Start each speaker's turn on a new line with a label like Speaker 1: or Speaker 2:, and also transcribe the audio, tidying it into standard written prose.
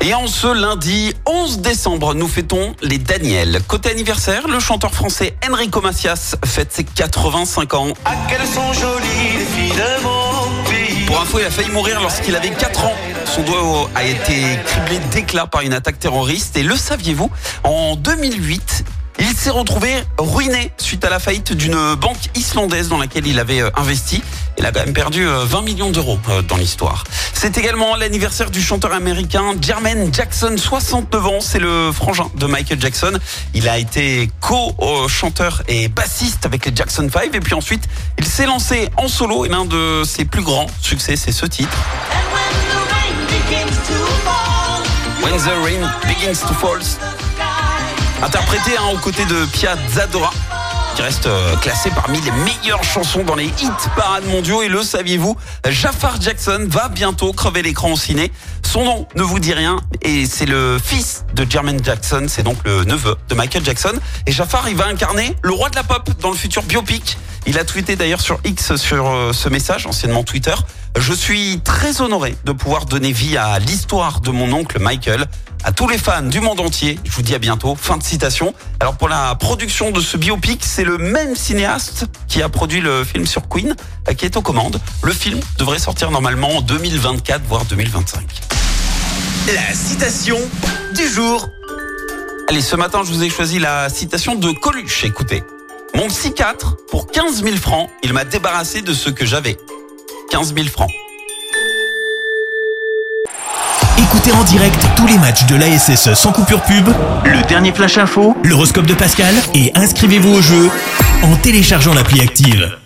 Speaker 1: Et en ce lundi 11 décembre, nous fêtons les Daniel. Côté anniversaire, le chanteur français Enrico Macias fête ses 85 ans.
Speaker 2: Ah, qu'elles sont jolies les filles de mon pays.
Speaker 1: Pour info, il a failli mourir lorsqu'il avait 4 ans. Son doigt a été criblé d'éclats par une attaque terroriste. Et le saviez-vous, en 2008, il s'est retrouvé ruiné suite à la faillite d'une banque islandaise dans laquelle il avait investi. Il a quand même perdu 20 millions d'euros dans l'histoire. C'est également l'anniversaire du chanteur américain Jermaine Jackson, 69 ans. C'est le frangin de Michael Jackson. Il a été co-chanteur et bassiste avec les Jackson 5. Et puis ensuite, il s'est lancé en solo. Et l'un de ses plus grands succès, c'est ce titre. When the Rain Begins to Fall. Interprété aux côtés de Pia Zadora, qui reste classé parmi les meilleures chansons dans les hit parades mondiaux. Et le saviez-vous, Jafar Jackson va bientôt crever l'écran au ciné. Son nom ne vous dit rien et c'est le fils de Jermaine Jackson, c'est donc le neveu de Michael Jackson. Et Jafar, il va incarner le roi de la pop dans le futur biopic. Il a tweeté d'ailleurs sur X sur ce message, anciennement Twitter. Je suis très honoré de pouvoir donner vie à l'histoire de mon oncle Michael. À tous les fans du monde entier, je vous dis à bientôt. Fin de citation. Alors pour la production de ce biopic, c'est le même cinéaste qui a produit le film sur Queen qui est aux commandes. Le film devrait sortir normalement en 2024, voire 2025.
Speaker 2: La citation du jour.
Speaker 1: Allez, ce matin, je vous ai choisi la citation de Coluche. Écoutez. Mon psychiatre, pour 15 000 francs, il m'a débarrassé de ce que j'avais. 15 000 francs.
Speaker 3: Écoutez en direct tous les matchs de l'ASSE sans coupure pub, le dernier flash info, l'horoscope de Pascal et inscrivez-vous au jeu en téléchargeant l'appli Active.